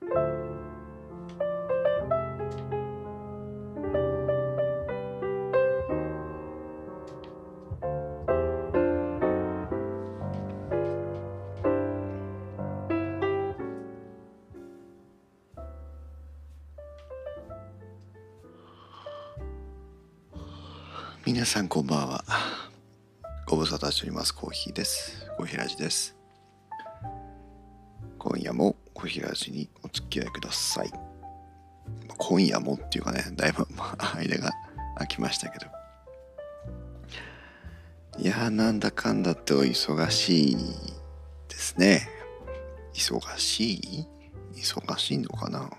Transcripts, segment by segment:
皆さんこんばんは。ご無沙汰しております。コーヒーです。コーヒーラジです。今夜もコーヒーラジにお付き合いください。今夜もっていうかね、だいぶ間が空きましたけど、いやなんだかんだってお忙しいですね。忙しいのかな。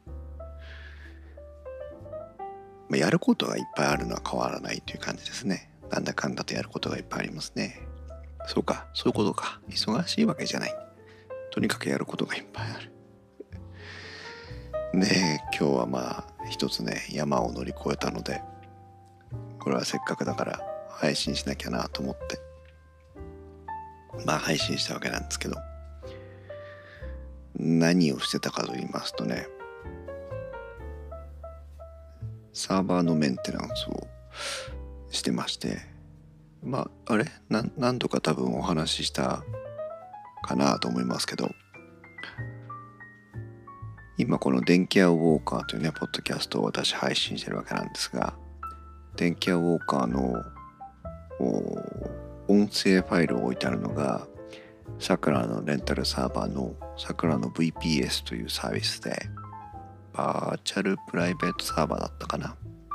やることがいっぱいあるのは変わらないという感じですね。なんだかんだとやることがいっぱいありますね。そうか、そういうことか。忙しいわけじゃない。とにかくやることがいっぱいある。で、今日は一つね、山を乗り越えたので、これはせっかくだから配信しなきゃなと思って、配信したわけなんですけど、何をしてたかと言いますとね、サーバーのメンテナンスをしてまして、何度か多分お話ししたかなと思いますけど、今この電気屋ウォーカーというね、ポッドキャストを私配信してるわけなんですが、電気屋ウォーカーの音声ファイルを置いてあるのが、さくらのレンタルサーバーのさくらの VPS というサービスで、バーチャルプライベートサーバーだったかな。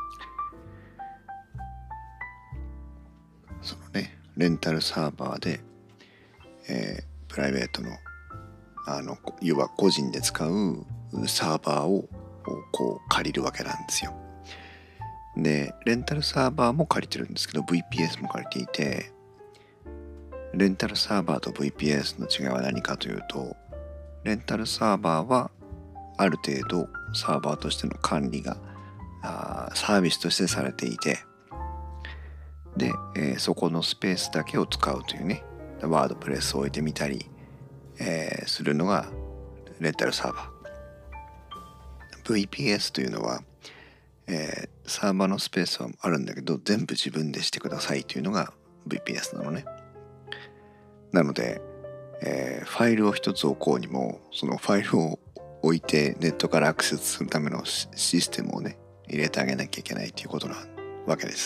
そのね、レンタルサーバーで、プライベートの要は個人で使うサーバーをこう借りるわけなんですよ。で、レンタルサーバーも借りてるんですけど、 VPS も借りていて、レンタルサーバーと VPS の違いは何かというと、レンタルサーバーはある程度サーバーとしての管理がサービスとしてされていて、で、そこのスペースだけを使うというね、ワードプレスを置いてみたり、するのがレンタルサーバー。 VPS というのは、サーバーのスペースはあるんだけど全部自分でしてくださいというのが VPS なのね。なので、ファイルを一つ置こうにも、そのファイルを置いてネットからアクセスするためのシステムをね、入れてあげなきゃいけないということなわけです。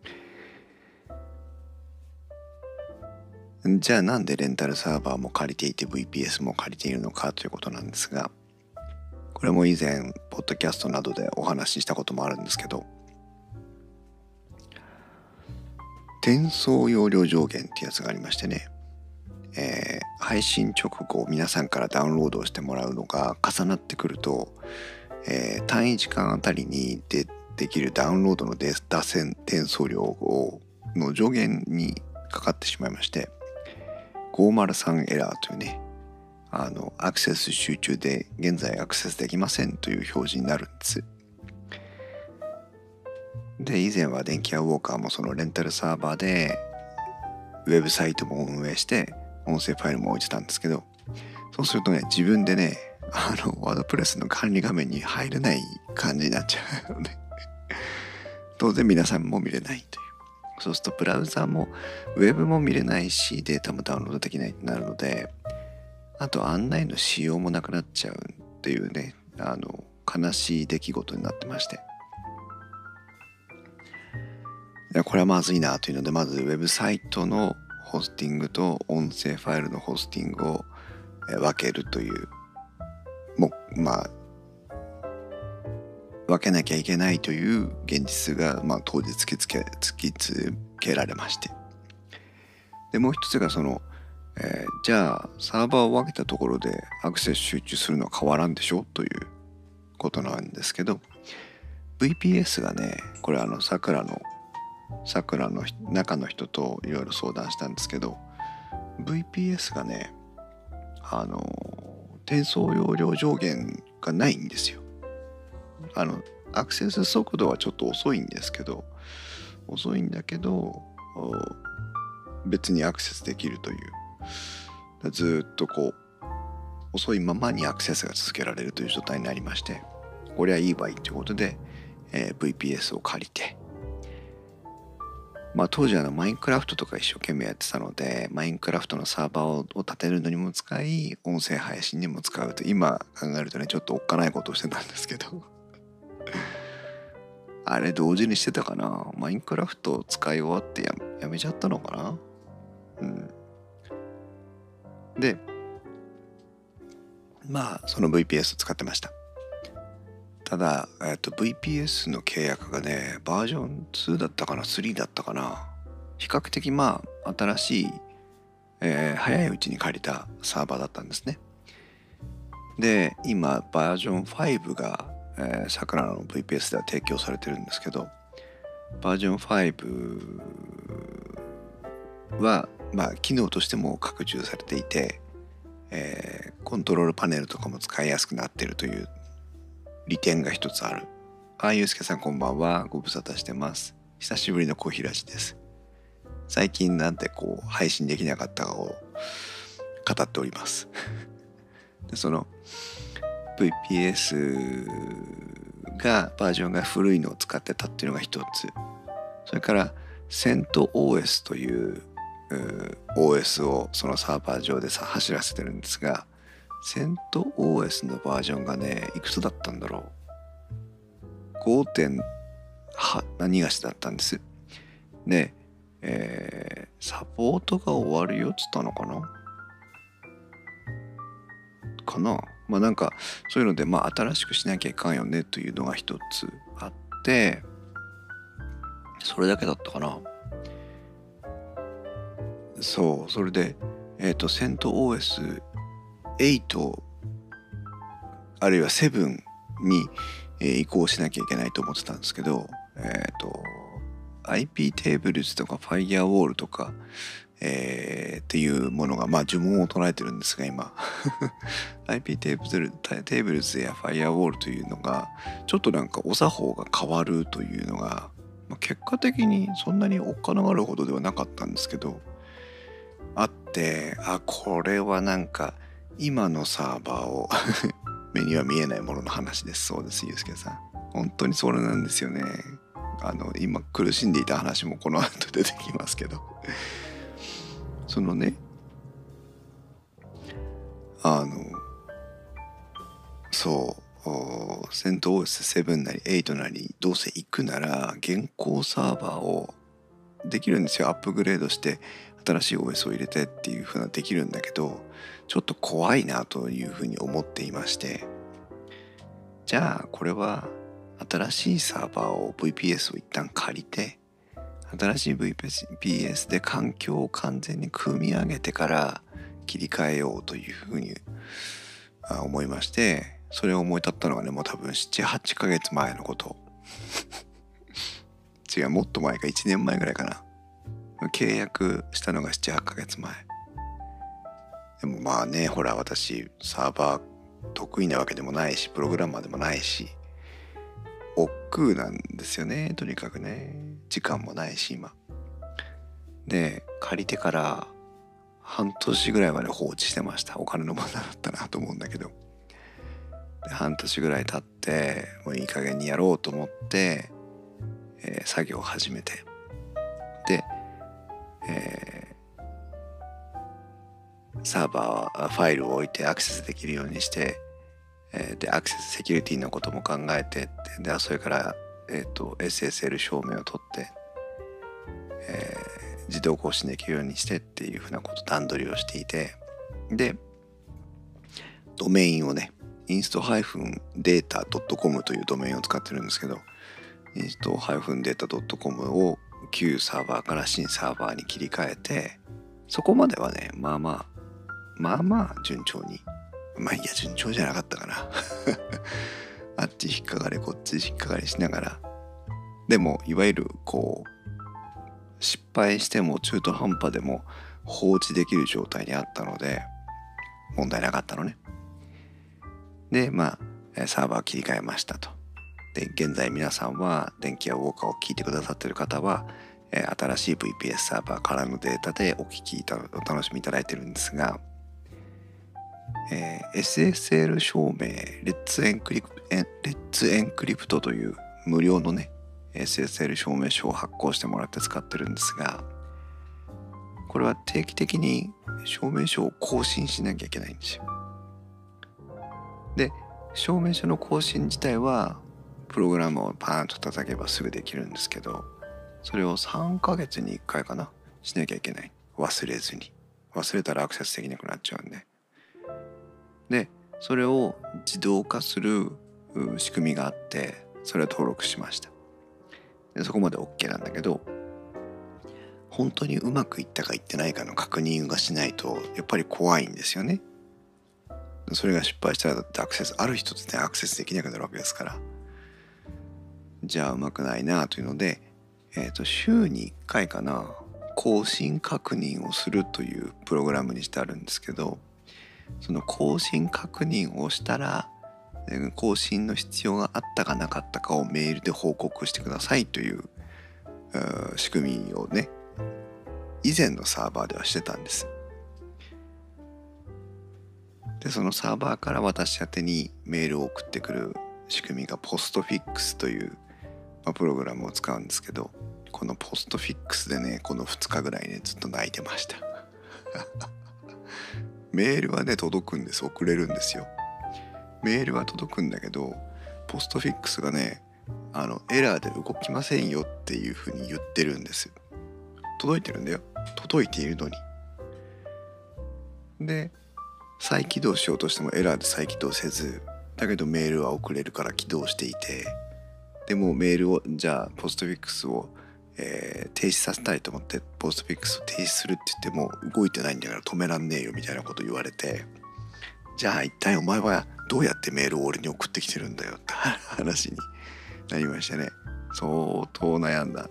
じゃあなんでレンタルサーバーも借りていて VPS も借りているのかということなんですが、これも以前ポッドキャストなどでお話ししたこともあるんですけど、転送容量上限ってやつがありましてね、配信直後皆さんからダウンロードをしてもらうのが重なってくると、単位時間あたりにできるダウンロードの転送量の上限にかかってしまいまして、503エラーというね、アクセス集中で現在アクセスできませんという表示になるんです。で、以前は電気屋ウォーカーもそのレンタルサーバーでウェブサイトも運営して音声ファイルも置いてたんですけど、そうするとね、自分でね、ワードプレスの管理画面に入れない感じになっちゃうので当然皆さんも見れないという。そうするとブラウザもウェブも見れないし、データもダウンロードできないとなるので、あと案内の仕様もなくなっちゃうっていうね、悲しい出来事になってまして、いやこれはまずいなというので、まずウェブサイトのホスティングと音声ファイルのホスティングを分けるという、分けなきゃいけないという現実が、当時突きつけられまして、でもう一つがじゃあサーバーを分けたところでアクセス集中するのは変わらんでしょということなんですけど、 VPS がね、これさくらの中の人といろいろ相談したんですけど、 VPS がね、転送容量上限がないんですよ。アクセス速度はちょっと遅いんだけど別にアクセスできるという、ずっとこ遅いままにアクセスが続けられるという状態になりまして、これはいいわいということで、VPS を借りて、当時マインクラフトとか一生懸命やってたので、マインクラフトのサーバーを立てるのにも使い、音声配信にも使うと、今考えるとね、ちょっとおっかないことをしてたんですけどあれ同時にしてたかな。マインクラフトを使い終わってやめちゃったのかな。で、その VPS を使ってました。ただ、VPS の契約がね、バージョン2だったかな、3だったかな。比較的新しい、早いうちに借りたサーバーだったんですね。で、今、バージョン5が、さくらの VPS では提供されてるんですけど、バージョン5は、機能としても拡充されていて、コントロールパネルとかも使いやすくなっているという利点が一つある。ゆうすけさんこんばんは。ご無沙汰してます。久しぶりのコーヒーラジです。最近なんて配信できなかったかを語っておりますで、その VPS がバージョンが古いのを使ってたっていうのが一つ。それからCentOS というOS をそのサーバー上で走らせてるんですが、CentOS のバージョンがね、いくつだったんだろう。 5. 何がしだったんです。で、サポートが終わるよっつったのかななんかそういうので新しくしなきゃいかんよねというのが一つあって、それだけだったかな。そう、それでCentOS8 あるいは7に、移行しなきゃいけないと思ってたんですけど、IP テーブルズとか Firewall とか、っていうものが呪文を唱えてるんですが、今IP テーブルズや Firewall というのがちょっとなんかお作法が変わるというのが、結果的にそんなにおっかながるほどではなかったんですけどあって、これはなんか今のサーバーを目には見えないものの話です。そうです、ゆうすけさん。本当にそれなんですよね。今苦しんでいた話もこの後出てきますけどそのね、CentOS7 なり8なりどうせ行くなら現行サーバーをできるんですよ。アップグレードして新しい OS を入れてっていう風なできるんだけど、ちょっと怖いなというふうに思っていまして、じゃあこれは新しいサーバーを VPS を一旦借りて、新しい VPS で環境を完全に組み上げてから切り替えようというふうに思いまして、それを思い立ったのがね、もう多分 7,8 ヶ月前のこと違う、もっと前か、1年前ぐらいかな。契約したのが 7,8 ヶ月前でもほら、私サーバー得意なわけでもないし、プログラマーでもないし、億劫なんですよね。とにかくね、時間もないし今で、借りてから半年ぐらいまで放置してました。お金の問題だったなと思うんだけど、で半年ぐらい経ってもういい加減にやろうと思って、作業を始めて、で、サーバーファイルを置いてアクセスできるようにして、でアクセスセキュリティのことも考えて、でそれから、SSL 証明を取って、自動更新できるようにしてっていうふうなこと段取りをしていて、でドメインをね、inst-data.com というドメインを使ってるんですけど、inst-data.com を旧サーバーから新サーバーに切り替えて、そこまではね、まあまあ順調に、順調じゃなかったかなあっち引っかかれこっち引っかかりしながら、でもいわゆる失敗しても中途半端でも放置できる状態にあったので問題なかったのね。でサーバーを切り替えましたと。で現在皆さんは電気やウォーカーを聞いてくださっている方は、新しい VPS サーバーからのデータでお楽しみいただいてるんですが、 SSL 証明レッツエンクリプトという無料のね SSL 証明書を発行してもらって使ってるんですが、これは定期的に証明書を更新しなきゃいけないんですよ。で、証明書の更新自体はプログラムをパーンと叩けばすぐできるんですけど、それを3ヶ月に1回かなしなきゃいけない。忘れずに。忘れたらアクセスできなくなっちゃうんで。で、それを自動化する仕組みがあって、それを登録しました。で、そこまで OK なんだけど、本当にうまくいったかいってないかの確認がしないとやっぱり怖いんですよね。それが失敗したらだってある人ってねアクセスできなくなるわけですから、じゃあうまくないなというので、週に1回かな更新確認をするというプログラムにしてあるんですけど、その更新確認をしたら更新の必要があったかなかったかをメールで報告してくださいという仕組みをね、以前のサーバーではしてたんです。で、そのサーバーから私宛てにメールを送ってくる仕組みがポストフィックスという、プログラムを使うんですけど、このポストフィックスでね、この2日ぐらいねずっと泣いてましたメールはね届くんです、送れるんですよ。メールは届くんだけど、ポストフィックスがねエラーで動きませんよっていうふうに言ってるんです。届いてるんだよ、届いているのに。で、再起動しようとしてもエラーで再起動せず、だけどメールは送れるから起動していて、でもメールをじゃあポストフィックスを、停止させたいと思ってポストフィックスを停止するって言っても動いてないんだから止めらんねえよみたいなこと言われて、じゃあ一体お前はどうやってメールを俺に送ってきてるんだよって話になりましてね、相当悩んだ。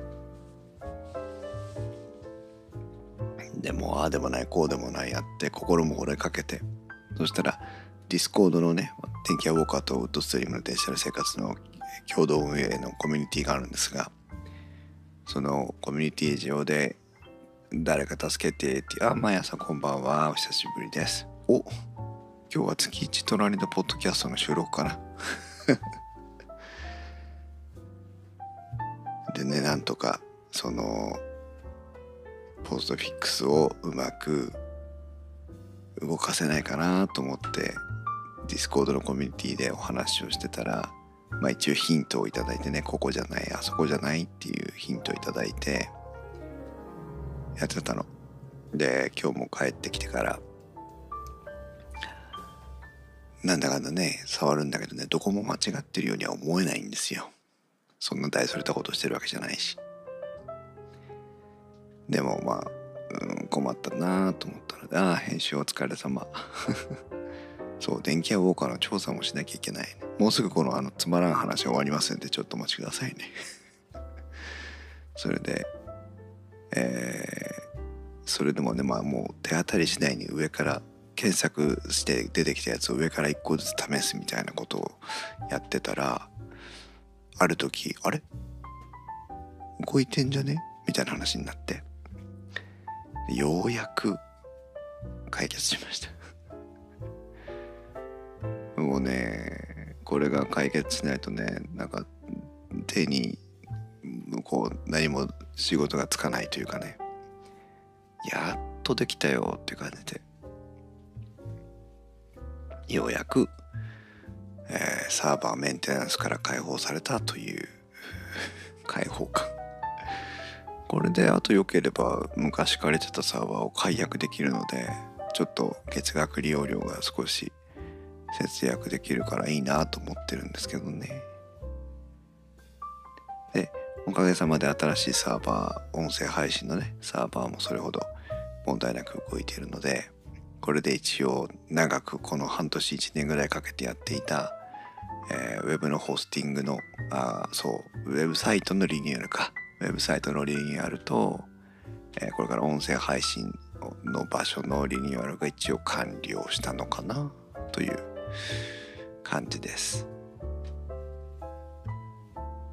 でもああでもないこうでもないやって心も折れかけて、そしたらディスコードのね、電気屋ウォーカーとウッドストリームの電子生活の共同運営のコミュニティがあるんですが、そのコミュニティ上で誰か助けてって、毎朝こんばんは、お久しぶりです。今日は月一隣のポッドキャストの収録かなでね、なんとかそのポストフィックスをうまく動かせないかなと思ってディスコードのコミュニティでお話をしてたら、一応ヒントをいただいてね、ここじゃないあそこじゃないっていうヒントをいただいてやってたので、今日も帰ってきてからなんだかんだね触るんだけどね、どこも間違ってるようには思えないんですよ。そんな大それたことしてるわけじゃないし。でも困ったなと思ったので、編集お疲れ様そう、電気屋ウォーカーの調査もしなきゃいけない、ね、もうすぐこのつまらん話終わりますんでちょっとお待ちくださいねそれでそれでもね、もう手当たり次第に上から検索して出てきたやつを上から1個ずつ試すみたいなことをやってたら、ある時あれ動いてんじゃねみたいな話になって、ようやく解決しましたもうね、これが解決しないとね、なんか手にこう何も仕事がつかないというかね、やっとできたよっていう感じで、ようやく、サーバーメンテナンスから解放されたという解放感。これであと良ければ昔借りてたサーバーを解約できるので、ちょっと月額利用料が少し節約できるからいいなと思ってるんですけどね。で、おかげさまで新しいサーバー、音声配信のねサーバーもそれほど問題なく動いているので、これで一応長くこの半年1年ぐらいかけてやっていた、ウェブのホスティングのウェブサイトのリニューアルか、ウェブサイトのリニューアルと、これから音声配信の場所のリニューアルが一応完了したのかなという感じです。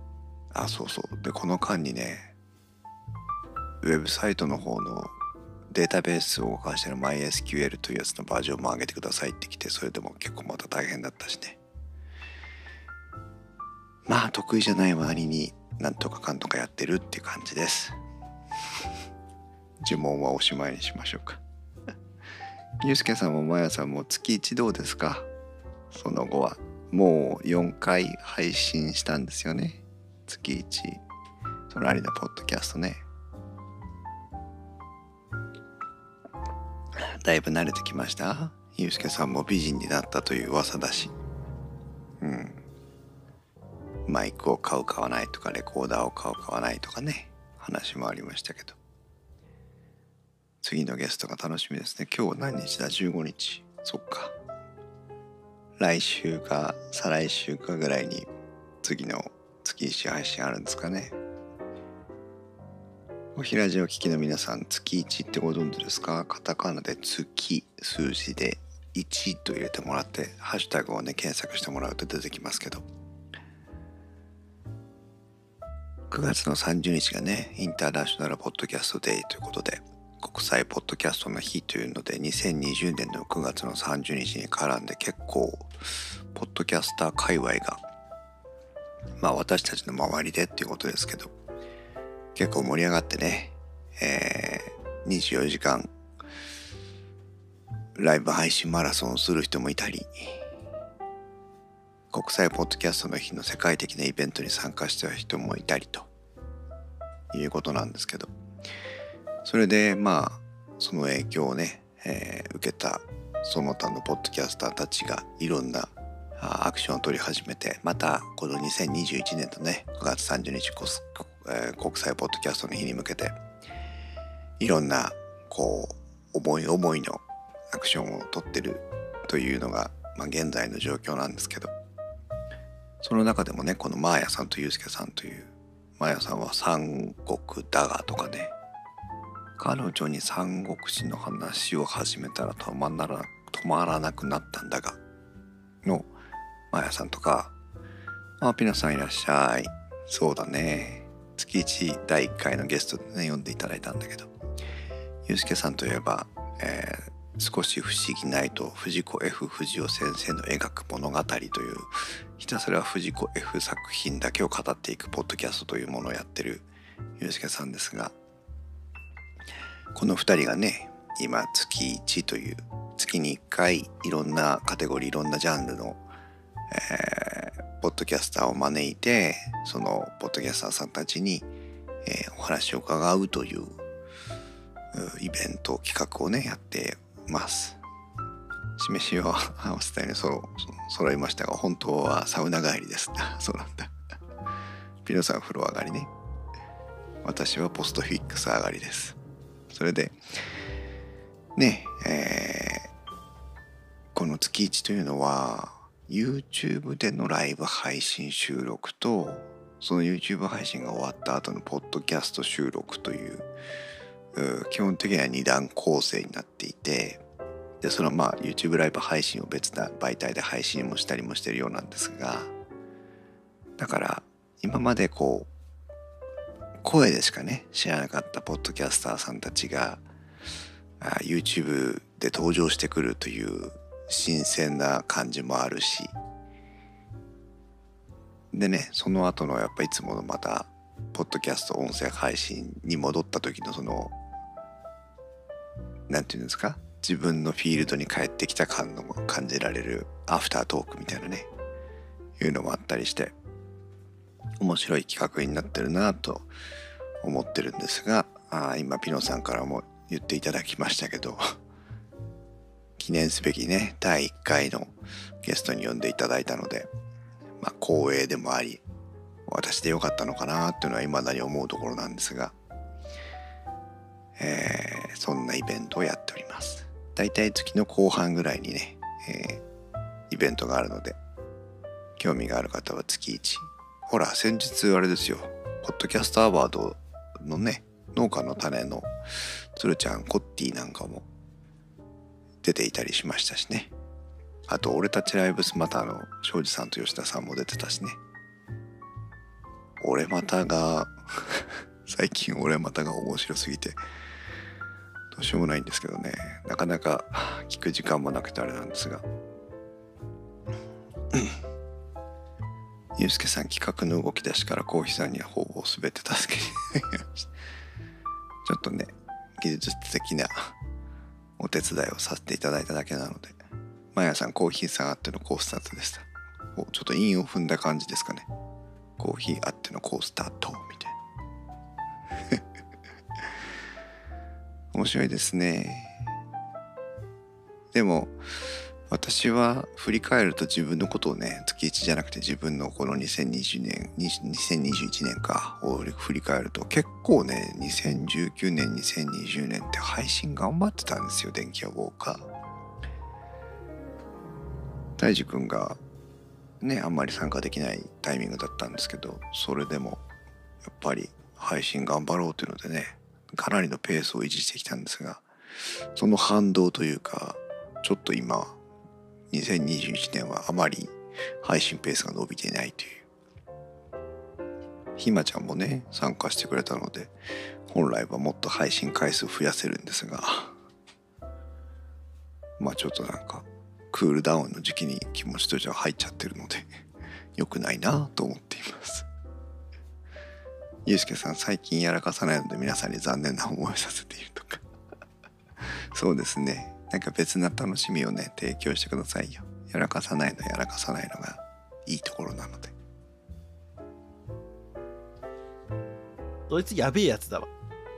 そうで、この間にねウェブサイトの方のデータベースを動かしてる MySQL というやつのバージョンも上げてくださいって来て、それでも結構また大変だったしね。まあ得意じゃない割になんとかかんとかやってるっていう感じです。呪文はおしまいにしましょうか。ゆうすけさんもまやさんも月1どうですか？その後はもう4回配信したんですよね。月1そのありのポッドキャストね。だいぶ慣れてきました。ゆうすけさんも美人になったという噂だし、マイクを買う買わないとかレコーダーを買う買わないとかね、話もありましたけど、次のゲストが楽しみですね。今日何日だ？15日。そっか、来週か再来週かぐらいに次の月1配信あるんですかね。おひらじを聞きの皆さん、月1ってご存知ですか？カタカナで月、数字で1と入れてもらって、ハッシュタグをね検索してもらうと出てきますけど、9月の30日がねインターナショナルポッドキャストデイということで、国際ポッドキャストの日というので、2020年の9月の30日に絡んで結構ポッドキャスター界隈が、まあ私たちの周りでっていうことですけど、結構盛り上がってね、24時間ライブ配信マラソンをする人もいたり、国際ポッドキャストの日の世界的なイベントに参加した人もいたりということなんですけど、それでまあその影響をね、受けたその他のポッドキャスターたちがいろんなアクションを取り始めて、またこの2021年のね9月30日国際ポッドキャストの日に向けていろんなこう思い思いのアクションを取ってるというのが、まあ、現在の状況なんですけど、その中でもねこのマーヤさんとユースケさんという、マーヤさんは三国だがとかね、彼女に三国志の話を始めたら止まらなくなったんだがのマーヤさんとか、ピノさんいらっしゃい。そうだね、月1第1回のゲストでね呼んでいただいたんだけど、ユースケさんといえば、少し不思議ないと藤子 F 不二雄先生の描く物語という、ひたすら藤子 F 作品だけを語っていくポッドキャストというものをやってるユースケさんですが、この2人がね今月1という月に1回いろんなカテゴリーいろんなジャンルの、ポッドキャスターを招いて、そのポッドキャスターさんたちに、お話を伺うというイベント企画をねやってます。示しを合わせたように揃いましたが、本当はサウナ帰りです。そうなんだ。ピノさん風呂上がりね。私はポストフィックス上がりです。それでね、この月1というのは YouTube でのライブ配信収録と、その YouTube 配信が終わった後のポッドキャスト収録という、基本的には2段構成になっていて、でそのYouTube ライブ配信を別な媒体で配信もしたりもしてるようなんですが、だから今までこう声でしかね知らなかったポッドキャスターさんたちがYouTube で登場してくるという新鮮な感じもあるし、でねその後のやっぱいつものまたポッドキャスト音声配信に戻った時のそのなんていうんですか、自分のフィールドに帰ってきた感の感じられるアフタートークみたいなねいうのもあったりして、面白い企画になってるなと思ってるんですが、今ピノさんからも言っていただきましたけど、記念すべきね第1回のゲストに呼んでいただいたので、光栄でもあり私でよかったのかなっていうのは未だに思うところなんですが、そんなイベントをやっております。だいたい月の後半ぐらいにね、イベントがあるので、興味がある方は月1。ほら先日あれですよ、ポッドキャストアワードのね農家の種のつるちゃんコッティなんかも出ていたりしましたしね。あと俺たちライブスマターの庄司さんと吉田さんも出てたしね。俺またが最近俺またが面白すぎてどうしようもないんですけどね、なかなか聞く時間もなくてあれなんですがゆうすけさん、企画の動き出しからコーヒーさんにはほぼ全て助けていただきました。ちょっとね、技術的なお手伝いをさせていただいただけなので、マヤさんコーヒーさんあってのコースタートでした。ちょっと韻を踏んだ感じですかね。コーヒーあってのコースタートみたいな面白いですね。でも私は振り返ると自分のことをね、月1じゃなくて自分のこの2020年2021年かを振り返ると、結構ね、2019年2020年って配信頑張ってたんですよ。電気屋ウォーカー大地くんがね、あんまり参加できないタイミングだったんですけど、それでもやっぱり配信頑張ろうというのでね、かなりのペースを維持してきたんですが、その反動というか、ちょっと今2021年はあまり配信ペースが伸びていないという。ひまちゃんもね、参加してくれたので、本来はもっと配信回数増やせるんですが、まあちょっとなんかクールダウンの時期に気持ちとしては入っちゃってるので良くないなと思っています。ゆうすけさん、最近やらかさないので皆さんに残念な思いをさせているとかそうですね、なんか別な楽しみをね、提供してくださいよ。やらかさないのがいいところなので。 そいつやべえやつだわ。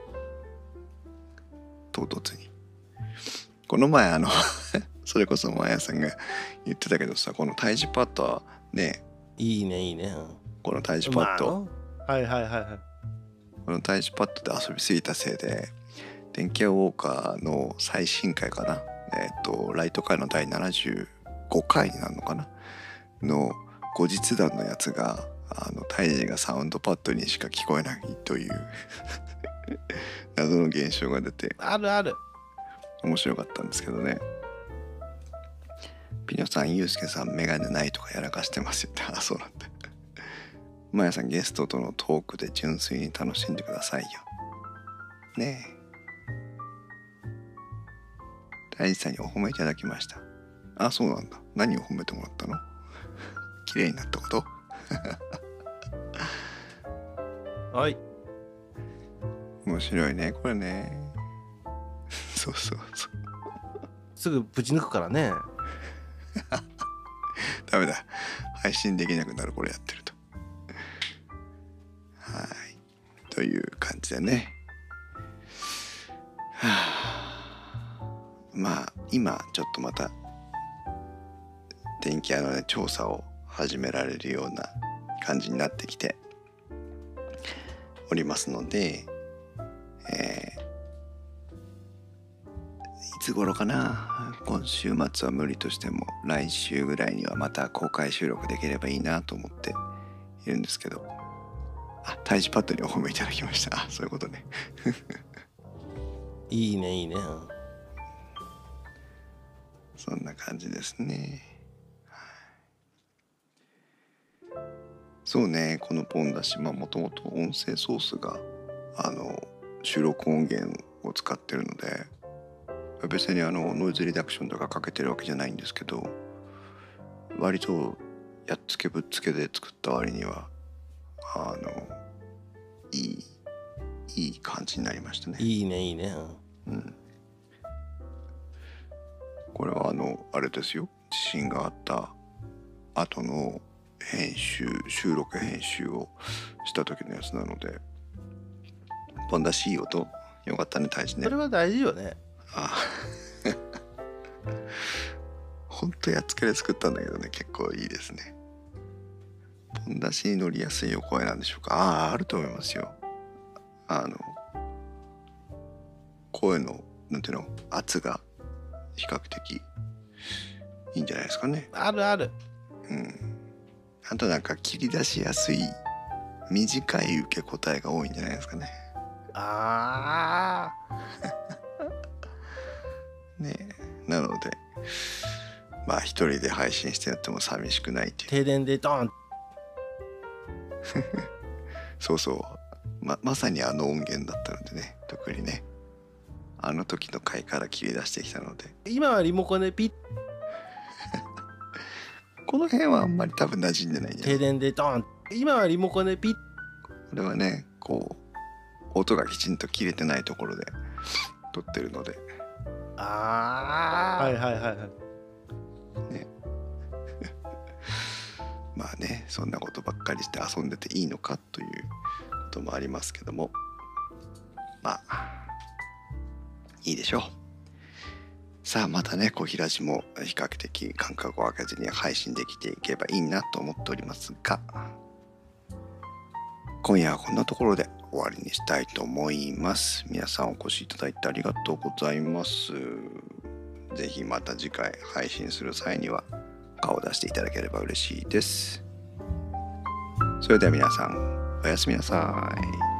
唐突に。この前それこそマヤさんが言ってたけどさ、この胎児パッドはね、 いいねいいね。 この胎児パッド、 はいはいはいはい。この胎児パッドで遊びすぎたせいで、電気屋ウォーカーの最新回かな、ライト回の第75回になるのかなの後日談のやつが、胎児がサウンドパッドにしか聞こえないという謎の現象が出て、 あるある、 面白かったんですけどね。ピノさん、ユうスケさんメガネないとかやらかしてますよって。あ、そうなんだ。マヤさん、ゲストとのトークで純粋に楽しんでくださいよねえ。大地さんにお褒めいただきました。あ、そうなんだ。何を褒めてもらったの？綺麗になったことはい。 面白いね、これね。そうそうそう。 すぐぶち抜くからね。 ダメだ。配信できなくなる、これやってると。はい。という感じでね。まあ今ちょっとまた電気屋のね、調査を始められるような感じになってきておりますので、いつ頃かな、今週末は無理としても来週ぐらいにはまた公開収録できればいいなと思っているんですけど、あ、胎児パッドにお褒めいただきました。あ、そういうことね。 いいねいいね。 そんな感じですね。そうね、このポンだし、もともと音声ソースが収録音源を使ってるので、別にノイズリダクションとかかけてるわけじゃないんですけど、割とやっつけぶっつけで作った割にはいい感じになりましたね。 いいねいいね。 うん。これはあれですよ、地震があった後の収録編集をした時のやつなので、ポンだしいい音、よかったね、大事ね。 それは大事よね。 あほんとやっつけで作ったんだけどね、結構いいですね。ポンだしに乗りやすいお声なんでしょうか。あると思いますよ。声のなんていうの、圧が比較的いいんじゃないですかね。 あるある。 うん。あとなんか切り出しやすい短い受け答えが多いんじゃないですかね。 あねえ、なのでまあ一人で配信してやっても寂しくないっていう。 停電でドーン。 そうそう、まさに音源だったのでね、特にね、 あの時の回から切り出してきたので、 今はリモコンでピッ、 この辺はあんまり多分馴染んでないんじゃない。 停電でドーン。今はリモコンでピッ。 これはねこう音がきちんと切れてないところで撮ってるのではいはいはいはい。 ねまあね、そんなことばっかりして遊んでていいのかということもありますけども、まあいいでしょう。さあまたね、小平寺も比較的間隔を空けずに配信できていけばいいなと思っておりますが、今夜はこんなところで終わりにしたいと思います。皆さんお越しいただいてありがとうございます。ぜひまた次回配信する際には顔を出していただければ嬉しいです。それでは皆さんおやすみなさい。